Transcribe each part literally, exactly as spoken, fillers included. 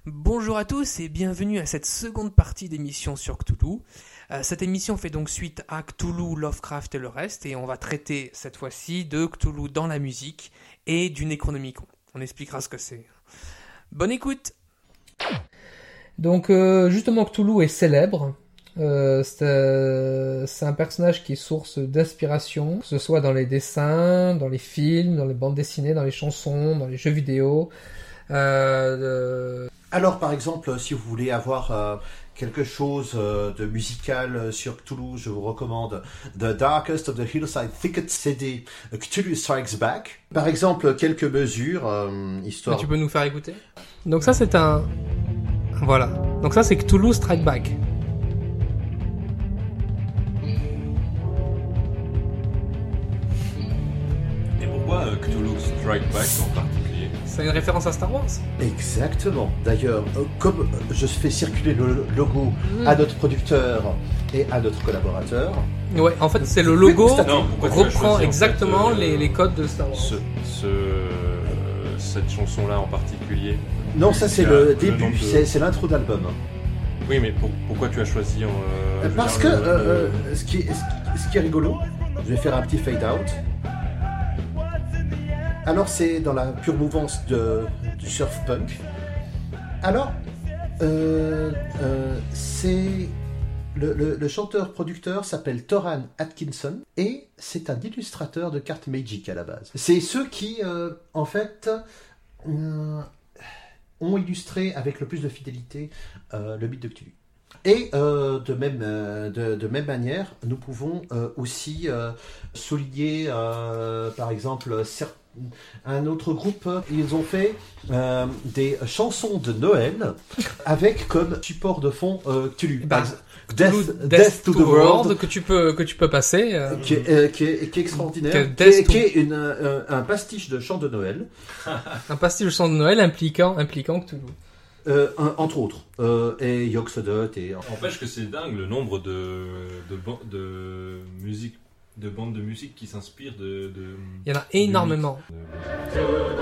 Bonjour à tous et bienvenue à cette seconde partie d'émission sur Cthulhu. Euh, cette émission fait donc suite à Cthulhu, Lovecraft et le reste, et on va traiter cette fois-ci de Cthulhu dans la musique et du Necronomicon. On expliquera ce que c'est. Bonne écoute. Donc euh, justement Cthulhu est célèbre. Euh, c'est, euh, c'est un personnage qui est source d'inspiration, que ce soit dans les dessins, dans les films, dans les bandes dessinées, dans les chansons, dans les jeux vidéo. Euh, euh... Alors par exemple, si vous voulez avoir euh, quelque chose euh, de musical sur Cthulhu, je vous recommande The Darkest of the Hillside Thicket C D, Cthulhu Strikes Back. Par exemple, quelques mesures, euh, histoire... Mais tu peux nous faire écouter ? Donc ça c'est un... Voilà. Donc ça c'est Cthulhu Strike Back. Pourquoi euh, Cthulhu Strike Back en particulier ? C'est une référence à Star Wars ? Exactement. D'ailleurs, euh, comme euh, je fais circuler le logo mmh. à notre producteur et à notre collaborateur... Ouais, en fait, c'est le logo non, reprend exactement en fait, euh, les, les codes de Star Wars. Ce, ce, cette chanson-là en particulier. Non, ça c'est le, le début, de... c'est, c'est l'intro d'album. Oui, mais pour, pourquoi tu as choisi en, euh, Parce dire, que le, euh, le... ce, qui est, ce qui est rigolo, je vais faire un petit fade-out. Alors c'est dans la pure mouvance de, du surf punk. Alors, euh, euh, c'est le, le, le chanteur-producteur s'appelle Toran Atkinson et c'est un illustrateur de cartes Magic à la base. C'est ceux qui, euh, en fait, euh, ont illustré avec le plus de fidélité euh, le mythe de Cthulhu. Et euh, de, même, euh, de, de même manière, nous pouvons euh, aussi euh, souligner, euh, par exemple, certains un autre groupe, ils ont fait euh, des chansons de Noël avec comme support de fond euh, Cthulhu. Bah, Death, Death, Death to, to the, the world, world que tu peux que tu peux passer, euh... qui, est, euh, qui, est, qui est extraordinaire, que qui est, to... qui est une, euh, un pastiche de chant de Noël, un pastiche de chant de Noël impliquant impliquant Cthulhu. Euh, un, entre autres, euh, et Yog-Sothoth et... N'empêche que c'est dingue le nombre de, de, de musique, de bandes de musique qui s'inspirent de, de... Il y en a énormément. De...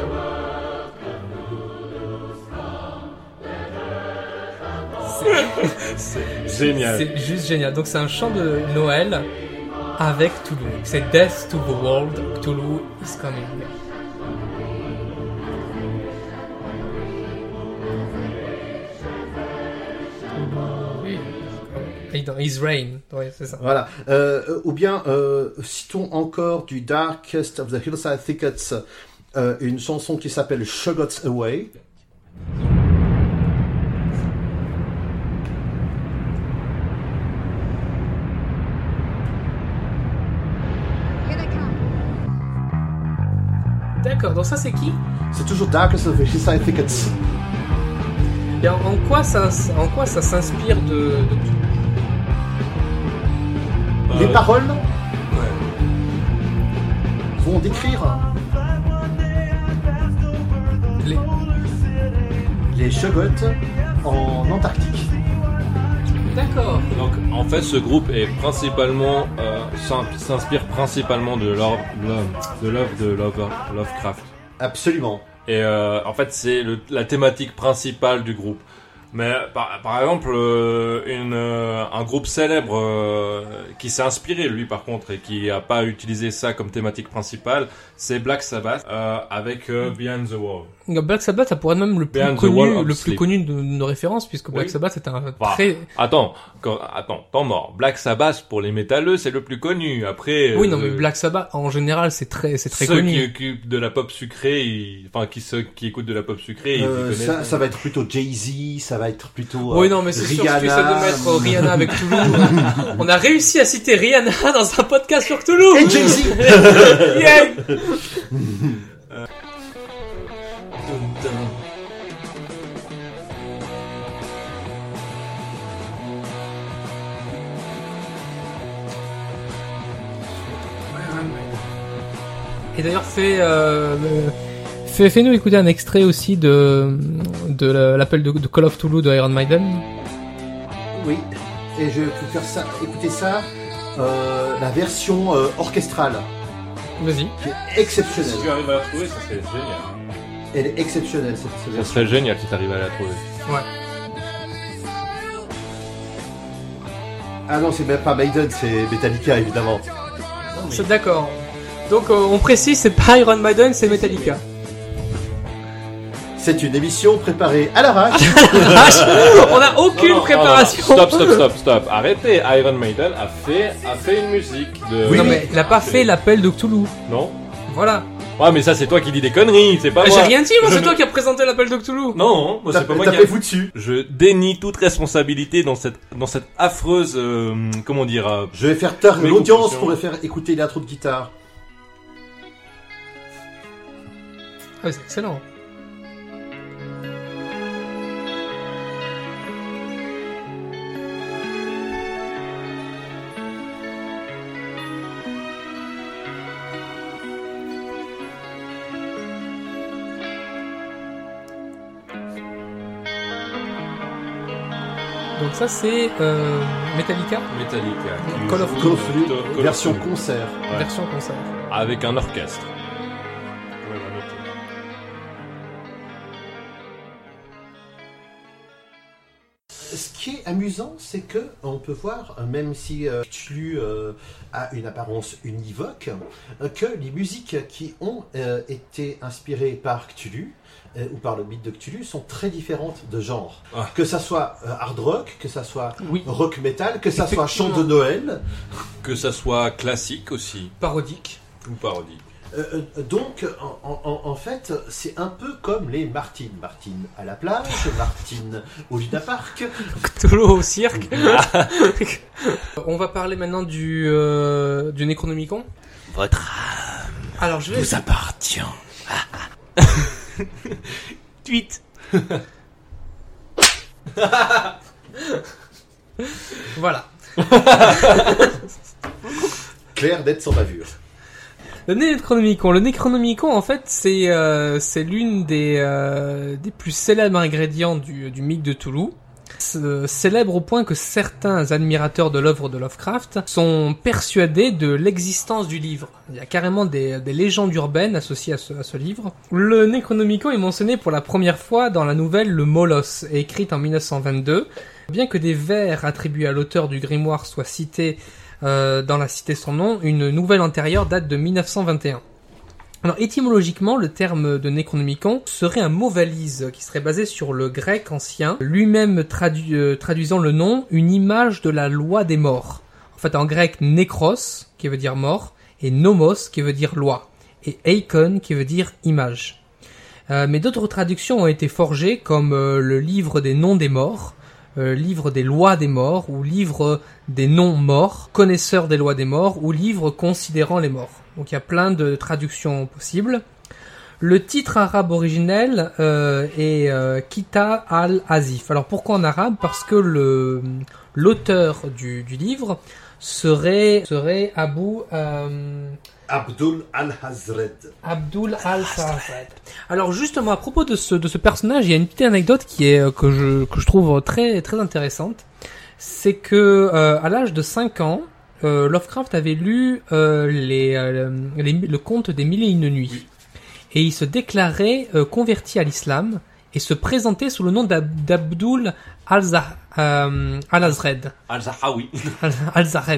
C'est... c'est génial. C'est juste génial. Donc c'est un chant de Noël avec Cthulhu. C'est Death to the World, Cthulhu is coming. Dans His Reign, oui, c'est ça. Voilà. Euh, ou bien, euh, citons encore du Darkest of the Hillside Thickets, euh, une chanson qui s'appelle Shoggoths Away. D'accord, donc ça c'est qui ? C'est toujours Darkest of the Hillside Thickets. Et en, en quoi ça, en quoi ça s'inspire de, de... Les euh... paroles ouais. vont décrire les, les Shoggoths en Antarctique. D'accord. Donc en fait ce groupe est principalement euh, s'inspire principalement de Love de Love de Love, Lovecraft. Absolument. Et euh, en fait c'est le, la thématique principale du groupe. Mais par, par exemple, euh, une, euh, un groupe célèbre euh, qui s'est inspiré, lui par contre, et qui a pas utilisé ça comme thématique principale, c'est Black Sabbath euh, avec euh, Behind the Wall. Black Sabbath, ça pourrait être même le plus Behind connu, le plus connu de nos références, puisque Black oui. Sabbath c'est un enfin, très. Attends, quand, attends, temps mort. Black Sabbath pour les métalleux, c'est le plus connu. Après. Oui, euh, non, mais Black Sabbath en général, c'est très, c'est très ceux connu. Ceux qui occupent de la pop sucrée, ils... enfin qui ceux qui écoutent de la pop sucrée, euh, ils ça, connaissent. Ça va être plutôt Jay-Z, ça va être plutôt. Euh, oui, non, mais c'est Rihanna. sûr que tu essaies de mettre Rihanna avec Cthulhu. On a réussi à citer Rihanna dans un podcast sur Cthulhu. Et Jay-Z. Yeah. euh... Et d'ailleurs, fais, euh, fais, fais-nous écouter un extrait aussi de, de l'appel de, de Call of Cthulhu de Iron Maiden. Oui, et je vais faire ça, écouter ça, euh, la version euh, orchestrale. Vas-y. Qui est exceptionnelle. Si tu arrives à la trouver, ça serait génial. Elle est exceptionnelle, cette, cette Ça serait génial si tu arrives à la trouver. Ouais. Ah non, c'est même pas Maiden, c'est Metallica évidemment. C'est d'accord. Donc euh, on précise, c'est pas Iron Maiden, c'est Metallica. C'est une émission préparée à l'arrache. On n'a aucune Non, non, préparation. non, non. Stop, stop, stop, stop. Arrêtez. Iron Maiden a fait, a fait une musique de. Oui, non mais il a pas fait l'appel de Cthulhu. Non. Voilà. Ouais, mais ça c'est toi qui dis des conneries, c'est pas J'ai moi. rien dit, moi Je c'est ne- toi qui as présenté l'appel de Cthulhu. Non, moi T'as c'est pas moi t'as qui. fait A... vous dessus. Je dénie toute responsabilité dans cette, dans cette affreuse, euh, comment dire. euh, Je vais faire taire Mais l'audience conclusion. pour faire écouter l'intro de guitare. Ah, c'est excellent. Donc ça c'est euh, Metallica, Metallica. qui Call of joue Call of Duty, Call of version Duty. concert. Ouais. version concert. Avec un orchestre. Ouais, on va noter. Ce qui est amusant, c'est que on peut voir, euh, même si euh, Cthulhu euh, a une apparence univoque, euh, que les musiques qui ont euh, été inspirées par Cthulhu euh, ou par le mythe de Cthulhu sont très différentes de genre. Ah. Que ça soit euh, hard rock, que ça soit Oui. rock metal, que ça soit chant de Effectivement. Noël. Que ça soit classique aussi, Parodique. ou parodie. Euh, euh, donc, en, en- en fait, c'est un peu comme les Martines. Martine à la plage, Martine au Luna Park. Cthulhu au cirque. On va parler maintenant du, euh, du Necronomicon. Votre âme Alors je vais... vous appartient. Tweet. Voilà. Claire d'être sans bavure. Le Necronomicon. Le Necronomicon, en fait, c'est euh, c'est l'une des euh, des plus célèbres ingrédients du du mythe de Cthulhu. C'est célèbre au point que certains admirateurs de l'œuvre de Lovecraft sont persuadés de l'existence du livre. Il y a carrément des, des légendes urbaines associées à ce, à ce livre. Le Necronomicon est mentionné pour la première fois dans la nouvelle Le Molos, écrite en mille neuf cent vingt-deux. Bien que des vers attribués à l'auteur du grimoire soient cités euh, dans la cité son nom, une nouvelle antérieure date de mille neuf cent vingt et un. Alors, étymologiquement, le terme de Necronomicon serait un mot valise qui serait basé sur le grec ancien, lui-même tradu- euh, traduisant le nom, une image de la loi des morts. En fait, en grec, nécros, qui veut dire mort, et nomos, qui veut dire loi, et eikon, qui veut dire image. Euh, mais d'autres traductions ont été forgées, comme euh, le livre des noms des morts, euh, livre des lois des morts, ou livre des noms morts, connaisseur des lois des morts, ou livre considérant les morts. Donc il y a plein de traductions possibles. Le titre arabe originel euh, est euh, Kita al-Azif. Alors pourquoi en arabe ? Parce que le l'auteur du, du livre serait serait Abu euh, Abdul al-Hazred. Abdul al-Sa'ad. Alors justement à propos de ce de ce personnage, il y a une petite anecdote qui est que je que je trouve très très intéressante. C'est que euh, à l'âge de cinq ans, Euh, Lovecraft avait lu euh, les, euh, les, le conte des Mille et Une Nuits. Oui. Et il se déclarait euh, converti à l'islam et se présentait sous le nom d'Ab- d'Abdul al-Zah- euh, al-Azred. Al-Zahawi. Al-Zahed.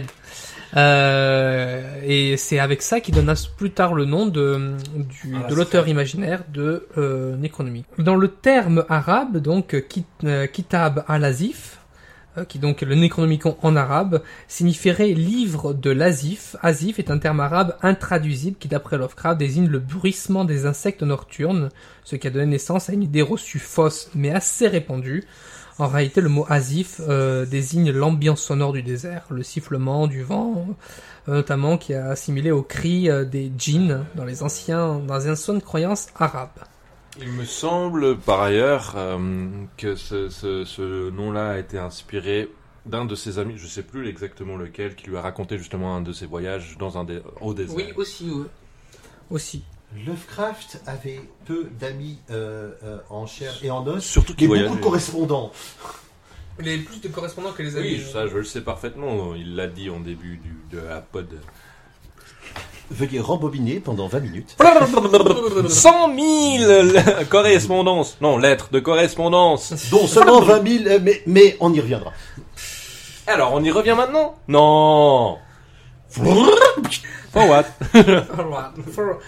Euh, et c'est avec ça qu'il donna plus tard le nom de, du, de l'auteur imaginaire de euh, Necronomie. Dans le terme arabe, donc kit, euh, Kitab al-Azif, qui donc le Necronomicon en arabe, signifierait livre de l'Azif. Azif est un terme arabe intraduisible qui, d'après Lovecraft, désigne le bruissement des insectes nocturnes, ce qui a donné naissance à une idée reçue fausse, mais assez répandue. En réalité, le mot Azif euh, désigne l'ambiance sonore du désert, le sifflement du vent, euh, notamment qui est assimilé au cri euh, des djinns dans les anciens, dans les anciennes croyances arabes. Il me semble par ailleurs euh, que ce, ce, ce nom-là a été inspiré d'un de ses amis, je sais plus exactement lequel, qui lui a raconté justement un de ses voyages dans un dé- au désert. Oui, aussi, oui. Aussi. Lovecraft avait peu d'amis euh, euh, en chair et en os, Surtout qu'il et voyageait. beaucoup de correspondants. Il avait plus de correspondants que les amis. Oui, ça je le sais parfaitement, il l'a dit en début du, de la pod. Veuillez rembobiner pendant vingt minutes. cent mille correspondances. Non, lettres de correspondance. Dont seulement vingt mille, euh, mais, mais on y reviendra. Alors, on y revient maintenant? Non. For what? Alright. For-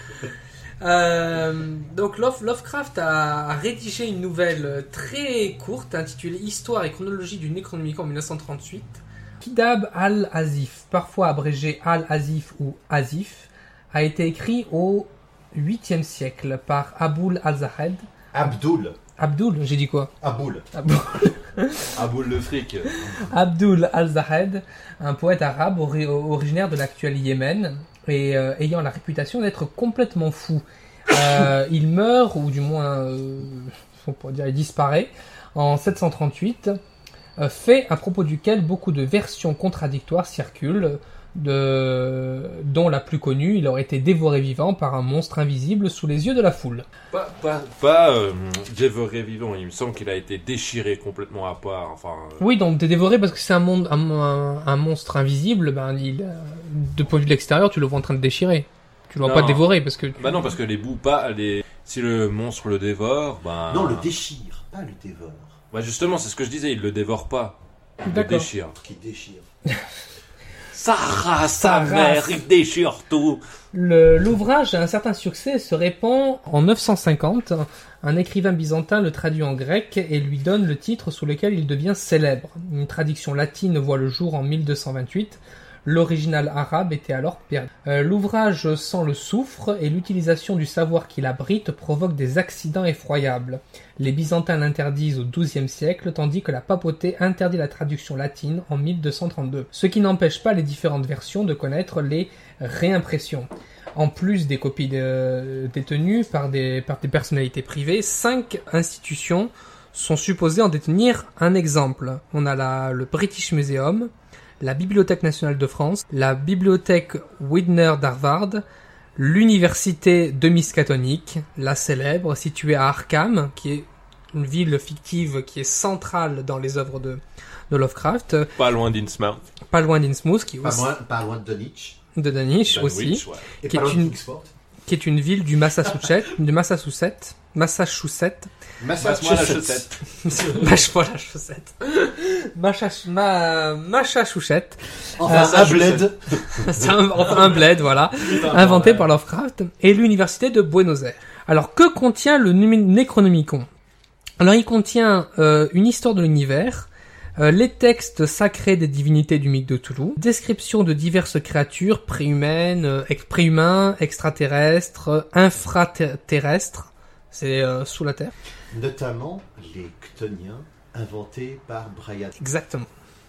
Euh, donc Love- Lovecraft a, a rédigé une nouvelle très courte intitulée Histoire et chronologie du Necronomicon en mille neuf cent trente-huit. Kitab al-Azif, parfois abrégé al-Azif ou Azif, a été écrit au huitième siècle par Aboul al-Zahed. Abdul. Abdul, j'ai dit quoi? Aboul. Aboul. À boule de fric. Abdul al-Zahed, un poète arabe ori- originaire de l'actuel Yémen et euh, ayant la réputation d'être complètement fou. Euh, il meurt, ou du moins, euh, on pourrait dire, il disparaît, en sept cent trente-huit, euh, fait à propos duquel beaucoup de versions contradictoires circulent, de... dont la plus connue, il aurait été dévoré vivant par un monstre invisible sous les yeux de la foule. Pas, pas, pas euh, dévoré vivant. Il me semble qu'il a été déchiré complètement à part. Enfin. euh, Oui, donc t'es dévoré parce que c'est un, monde, un, un- un monstre invisible, ben, il, euh, de point de vue de l'extérieur, tu le vois en train de déchirer. Tu le vois Non. pas dévorer parce que... Bah non, parce que les bouts pas, les. Si le monstre le dévore, bah. Non, le déchire, pas le dévore. Bah justement, c'est ce que je disais. Il le dévore pas. Il le D'accord. déchire. Qui déchire. Sa race, Sa sa race. mère, il déchire tout. Le- L'ouvrage a un certain succès et se répand en neuf cent cinquante. Un écrivain byzantin le traduit en grec et lui donne le titre sous lequel il devient célèbre. Une traduction latine voit le jour en mille deux cent vingt-huit. L'original arabe était alors perdu. Euh, L'ouvrage sent le soufre et l'utilisation du savoir qu'il abrite provoque des accidents effroyables. Les Byzantins l'interdisent au douzième siècle, tandis que la papauté interdit la traduction latine en mille deux cent trente-deux. Ce qui n'empêche pas les différentes versions de connaître les réimpressions. En plus des copies de- détenues par des, par des personnalités privées, cinq institutions sont supposées en détenir un exemple. On a la, le British Museum, la Bibliothèque nationale de France, la Bibliothèque Widener d'Harvard, l'Université de Miskatonic, la célèbre, située à Arkham, qui est une ville fictive qui est centrale dans les œuvres de, de Lovecraft, Pas loin d'Innsmouth. pas loin d'Innsmouth, qui est Pas aussi loin, pas loin de Dunwich. de Danish Dunwich, aussi, ouais. Et Qui pas est loin une- de Kingsport. qui est une ville du Massachusetts, du Massachusetts, Massachusetts, Passe-moi la chaussette. Mâche-moi la chaussette, Machach- ma, Massachusetts, Enfin, Euh, un bled. c'est un, enfin, un bled, voilà, inventé par Lovecraft, et l'université de Buenos Aires. Alors, que contient le Num- Necronomicon? Alors, il contient euh, une histoire de l'univers, euh, les textes sacrés des divinités du mythe de Cthulhu, description de diverses créatures préhumaines, euh, ex- préhumains, extraterrestres, euh, infraterrestres, c'est euh, sous la terre. Notamment les Chtoniens inventés par Brian. Exactement.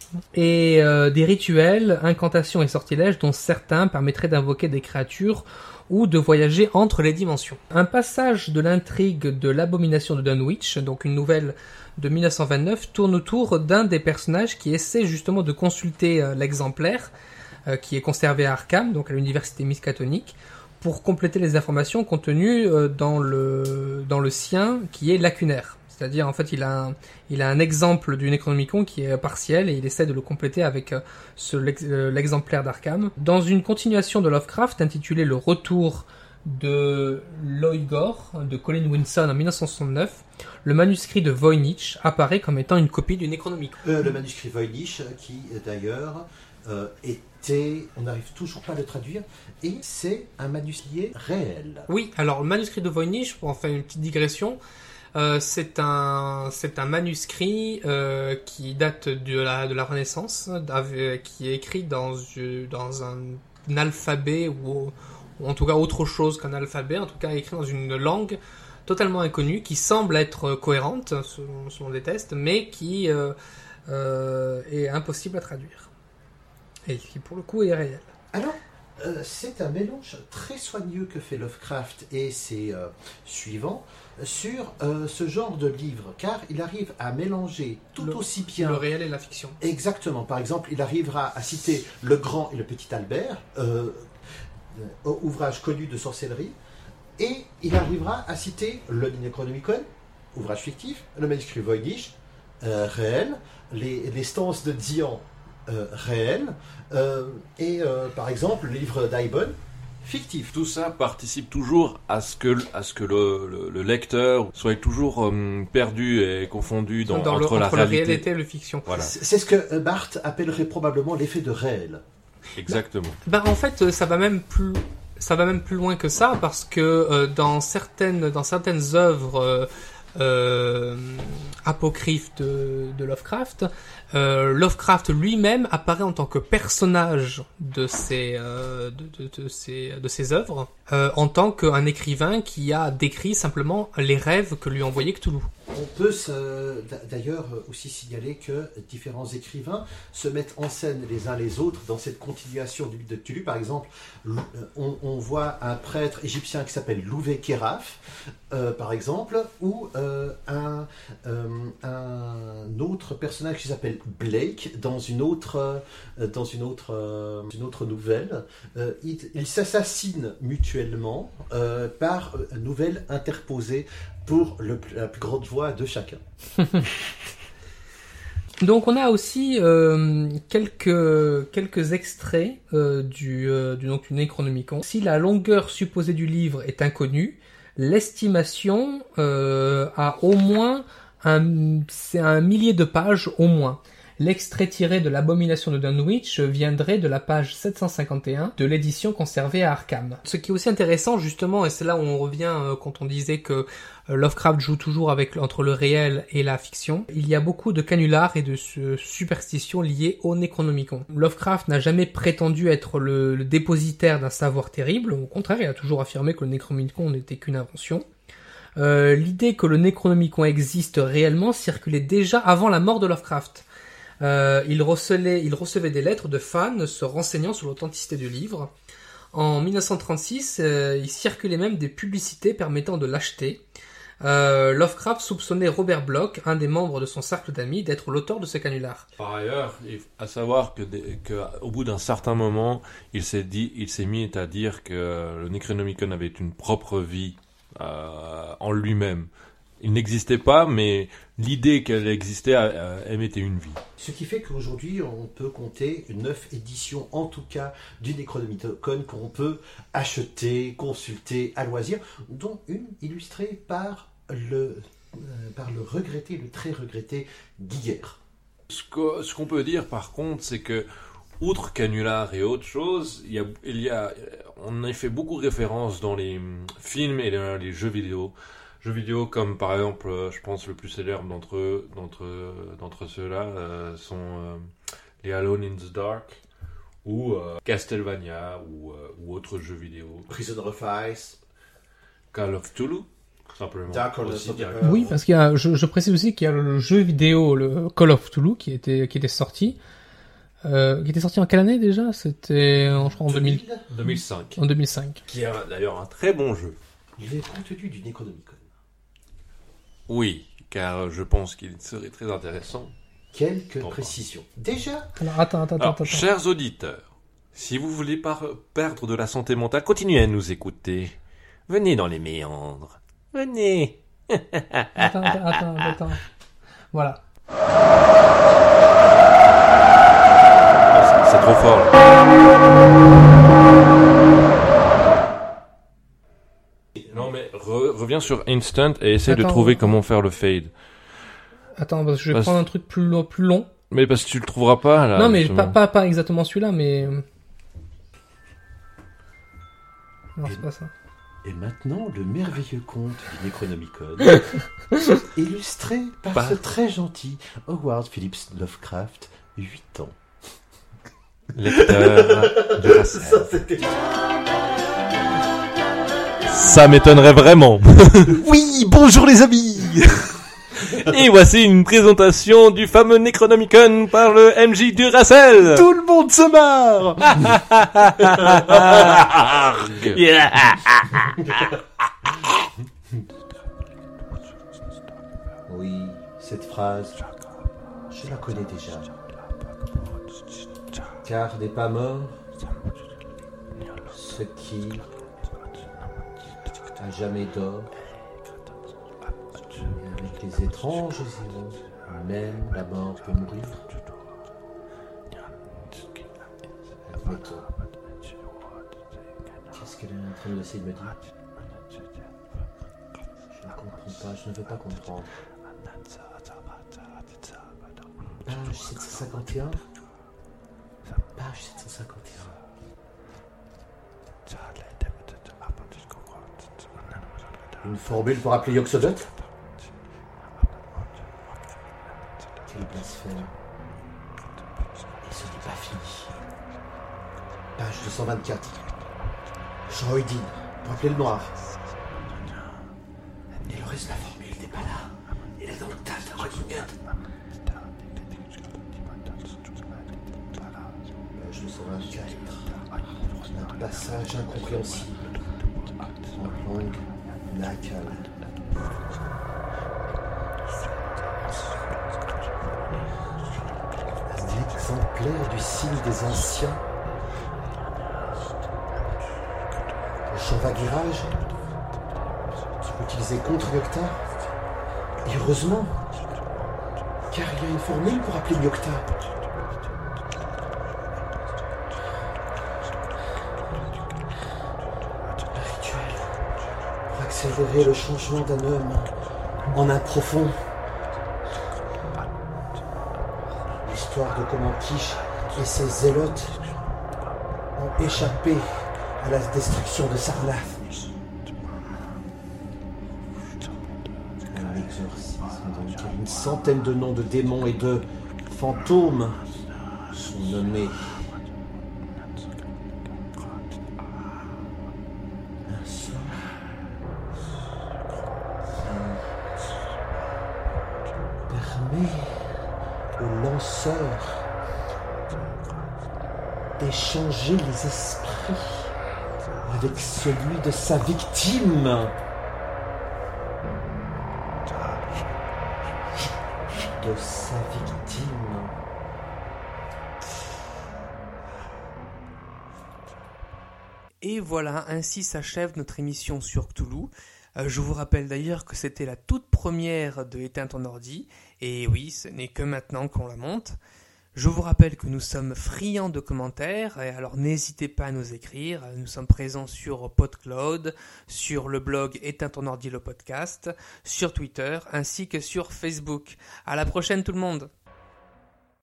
Et euh, des rituels, incantations et sortilèges dont certains permettraient d'invoquer des créatures ou de voyager entre les dimensions. Un passage de l'intrigue de l'abomination de Dunwich, donc une nouvelle de mille neuf cent vingt-neuf, tourne autour d'un des personnages qui essaie justement de consulter euh, l'exemplaire euh, qui est conservé à Arkham, donc à l'université Miskatonic, pour compléter les informations contenues euh, dans le dans le sien qui est lacunaire. C'est-à-dire, en fait, il a un, il a un exemple du Necronomicon qui est partiel et il essaie de le compléter avec euh, ce, l'ex- euh, l'exemplaire d'Arkham. Dans une continuation de Lovecraft intitulée Le Retour de Loigor de Colin Winson en mille neuf cent soixante-neuf, le manuscrit de Voynich apparaît comme étant une copie du Necronomicon. Euh, le manuscrit Voynich, qui d'ailleurs euh, était, on n'arrive toujours pas à le traduire, et c'est un manuscrit réel. Oui, alors le manuscrit de Voynich, pour en faire une petite digression, euh, c'est un c'est un manuscrit euh, qui date de la de la Renaissance, avec- qui est écrit dans euh, dans un, un alphabet ou, ou en tout cas autre chose qu'un alphabet, en tout cas écrit dans une langue totalement inconnue qui semble être cohérente selon, selon des tests, mais qui euh, euh, est impossible à traduire et qui pour le coup est réel. Alors, euh, c'est un mélange très soigneux que fait Lovecraft et ses euh, suivants sur euh, ce genre de livre, car il arrive à mélanger tout Le- aussi bien... Le réel et la fiction. Exactement. Par exemple, il arrivera à citer Le Grand et le Petit Albert, euh, euh, ouvrage connu de sorcellerie, et il arrivera à citer le Necronomicon, ouvrage fictif, le manuscrit Voynich, euh, réel, les, les stances de Dian, euh, réel, euh, et euh, par exemple le livre d'Aibon, fictif. Tout ça participe toujours à ce que, à ce que le, le, le lecteur soit toujours euh, perdu et confondu dans, dans entre, le, la entre la réalité. réalité et le fiction. Voilà, C'est c'est ce que Barthes appellerait probablement l'effet de réel. exactement. Ben, en fait, ça va même plus, ça va même plus loin que ça, parce que euh, dans certaines, dans certaines œuvres euh, euh, apocryphes de, de Lovecraft, euh, Lovecraft lui-même apparaît en tant que personnage de ces, euh, de, de, de ces, de ces œuvres, euh, en tant qu'un écrivain qui a décrit simplement les rêves que lui envoyait Cthulhu. On peut se- d'ailleurs aussi signaler que différents écrivains se mettent en scène les uns les autres dans cette continuation du mythe de Cthulhu. Par exemple, on, on voit un prêtre égyptien qui s'appelle Louvé Keraf, euh, par exemple, ou euh, un, euh, un autre personnage qui s'appelle Blake dans une autre, euh, dans une autre, euh, une autre nouvelle. Euh, ils ils s'assassinent mutuellement euh, par euh, nouvelle interposée pour le, la plus grande joie de chacun. Donc on a aussi euh, quelques quelques extraits euh, du, euh, du donc du Necronomicon. Si la longueur supposée du livre est inconnue, l'estimation euh, a au moins un c'est un millier de pages au moins. L'extrait tiré de l'Abomination de Dunwich viendrait de la page sept cent cinquante et un de l'édition conservée à Arkham. Ce qui est aussi intéressant justement, et c'est là où on revient euh, quand on disait que euh, Lovecraft joue toujours avec entre le réel et la fiction, il y a beaucoup de canulars et de su- superstitions liées au Necronomicon. Lovecraft n'a jamais prétendu être le, le dépositaire d'un savoir terrible, au contraire, il a toujours affirmé que le Necronomicon n'était qu'une invention. Euh, l'idée que le Necronomicon existe réellement circulait déjà avant la mort de Lovecraft. Euh, il, recelait, il recevait des lettres de fans se renseignant sur l'authenticité du livre. En dix-neuf cent trente-six, euh, il circulait même des publicités permettant de l'acheter. Euh, Lovecraft soupçonnait Robert Bloch, un des membres de son cercle d'amis, d'être l'auteur de ce canular. Par ailleurs, il faut à savoir que, des- que au bout d'un certain moment, il s'est dit, il s'est mis à dire que le Necronomicon avait une propre vie euh, en lui-même. Il n'existait pas, mais l'idée qu'elle existait euh, émettait une vie. Ce qui fait qu'aujourd'hui, on peut compter neuf éditions, en tout cas, du Necronomicon qu'on peut acheter, consulter à loisir, dont une illustrée par le, euh, par le regretté, le très regretté Giger. Ce que- ce qu'on peut dire, par contre, c'est que, outre canular et autre chose, il y a, il y a, on a fait beaucoup référence dans les hum, films et dans les jeux vidéo. Jeux vidéo comme par exemple, euh, je pense le plus célèbre d'entre eux, d'entre, d'entre ceux-là euh, sont euh, les Alone in the Dark ou euh, Castlevania ou, euh, ou autres jeux vidéo. Prisoner of Ice, Call of Cthulhu, simplement. Dark Horse Aussi of the directement. Earth. Oui, parce qu'il y a, je, je précise aussi qu'il y a le jeu vidéo, le Call of Cthulhu, qui était, qui était sorti. Euh, qui était sorti en quelle année déjà? C'était, en, je crois, en, deux mille, deux mille cinq. en deux mille cinq. Qui est d'ailleurs un très bon jeu. Les contenus du Necronomicon. Oui, car je pense qu'il serait très intéressant. Quelques Bon, précisions. Déjà, Alors, attends, attends, Alors, attends, attends. chers auditeurs, si vous voulez pas perdre de la santé mentale, continuez à nous écouter. Venez dans les méandres. Venez. Attends, attends, attends, attends. Voilà. C'est trop fort. Là. Non mais re- reviens sur Instant et essaie de Attends. trouver comment faire le fade. Attends, parce que je vais Parce- prendre un truc plus, lo- plus long. Mais parce que tu le trouveras pas là. non, mais justement. pas, pas, pas exactement celui-là, mais... Non, c'est pas ça. et maintenant, le merveilleux conte du Necronomicon, illustré par Pas- ce très gentil Howard Phillips Lovecraft, huit ans. Lecteur de la scène. Ça, c'était... Ça m'étonnerait vraiment. Oui, bonjour les amis. Et voici une présentation du fameux Necronomicon par le M J Duracell. Tout le monde se marre. Oui, cette phrase, je la connais déjà. Car n'est pas mort ce qui à jamais dort. Et avec les étranges irons, même la mort peut mourir. Admettons. Qu'est-ce qu'elle est en train d'essayer de me dire? Je ne comprends pas, je ne veux pas comprendre. Page sept cent cinquante et un. Page sept cent cinquante et un. Une formule pour appeler Yog-Sothoth? Quel blasphème. Et ce n'est pas fini. Page deux cent vingt-quatre. Jean Oydin, pour appeler le noir. Et le reste de la formule n'est pas là. Il est dans le tas de Rodingat. Page deux cent vingt-quatre. Un passage incompréhensible. En langue lacale. Un exemplaire du signe des anciens. Le Chanvaguirage, utilisé contre Nyokta. Et heureusement, car il y a une formule pour appeler Nyokta. Un rituel pour accélérer le changement d'un homme en un profond. L'histoire de comment Kish et ses zélotes ont échappé à la destruction de Sarnath. Un exorcisme dans lequel une centaine de noms de démons et de fantômes sont nommés. Un sort permet au lanceur d'échanger les esprits avec celui de sa victime. De sa victime. Et voilà, ainsi s'achève notre émission sur Cthulhu. Euh, je vous rappelle d'ailleurs que c'était la toute première de Éteins ton ordi, et oui, ce n'est que maintenant qu'on la monte. Je vous rappelle que nous sommes friands de commentaires, et alors n'hésitez pas à nous écrire. Nous sommes présents sur PodCloud, sur le blog Éteins ton ordi le podcast, sur Twitter, ainsi que sur Facebook. À la prochaine tout le monde!